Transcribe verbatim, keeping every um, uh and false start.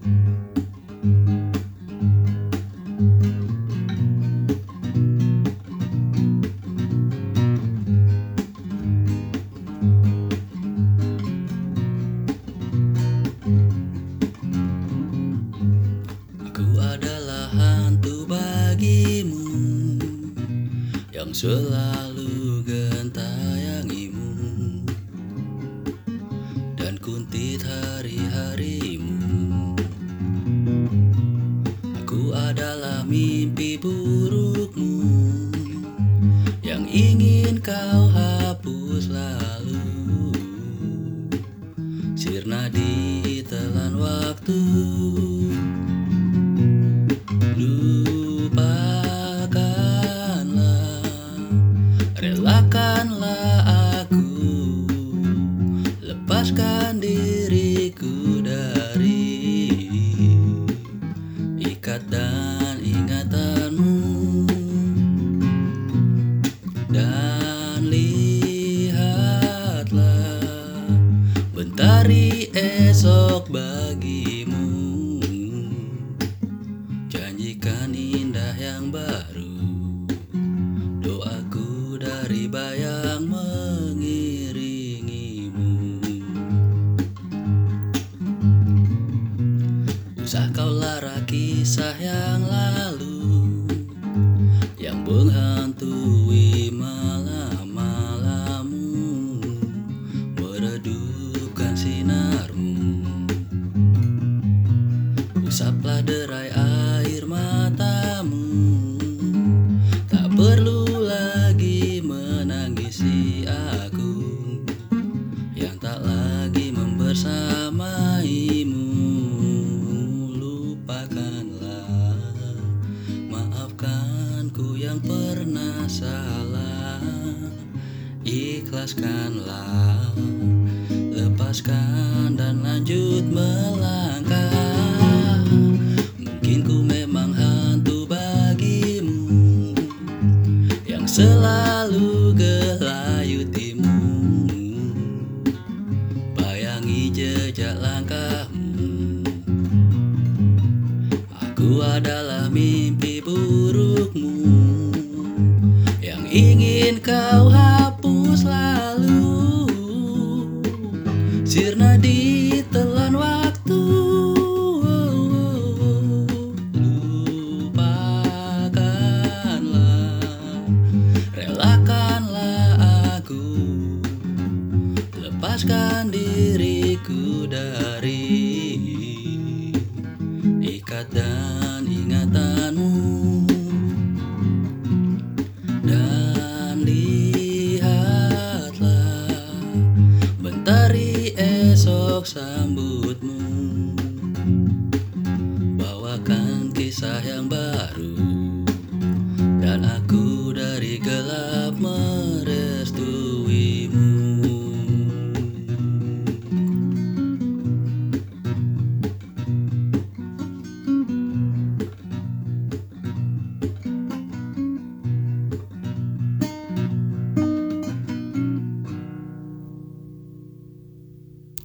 Aku adalah hantu bagimu yang selalu gentayangimu dan kuntit hari-harimu. Aku adalah mimpi burukmu yang ingin kau hapus lalu, sirna ditelan waktu. Lupakanlah, relakanlah aku, lepaskan diriku dari ikat dan ingatanmu. Dan lihatlah mentari esok bagimu, janjikan indah yang baru, doaku dari bayang mengiringimu. Usah kau lara kisah yang lalu yang menghantui malam-malammu, meredupkan sinarmu. Usaplah derai air matamu, tak perlu lagi menangisi aku yang tak lagi membersamaimu. Lupakanlah, maafkan ku yang pernah salah, ikhlaskanlah, lepaskan dan lanjut melangkah. Mungkin ku memang hantu bagimu yang selalu gelayutimu, bayangi jejak langkahmu. Aku adalah mimpi burukmu yang ingin kau hapus lalu, sirna ditelan waktu. Lupakanlah, relakanlah aku, lepaskan diriku dari ikat dan ingatanmu. Dan lihatlah mentari esok sama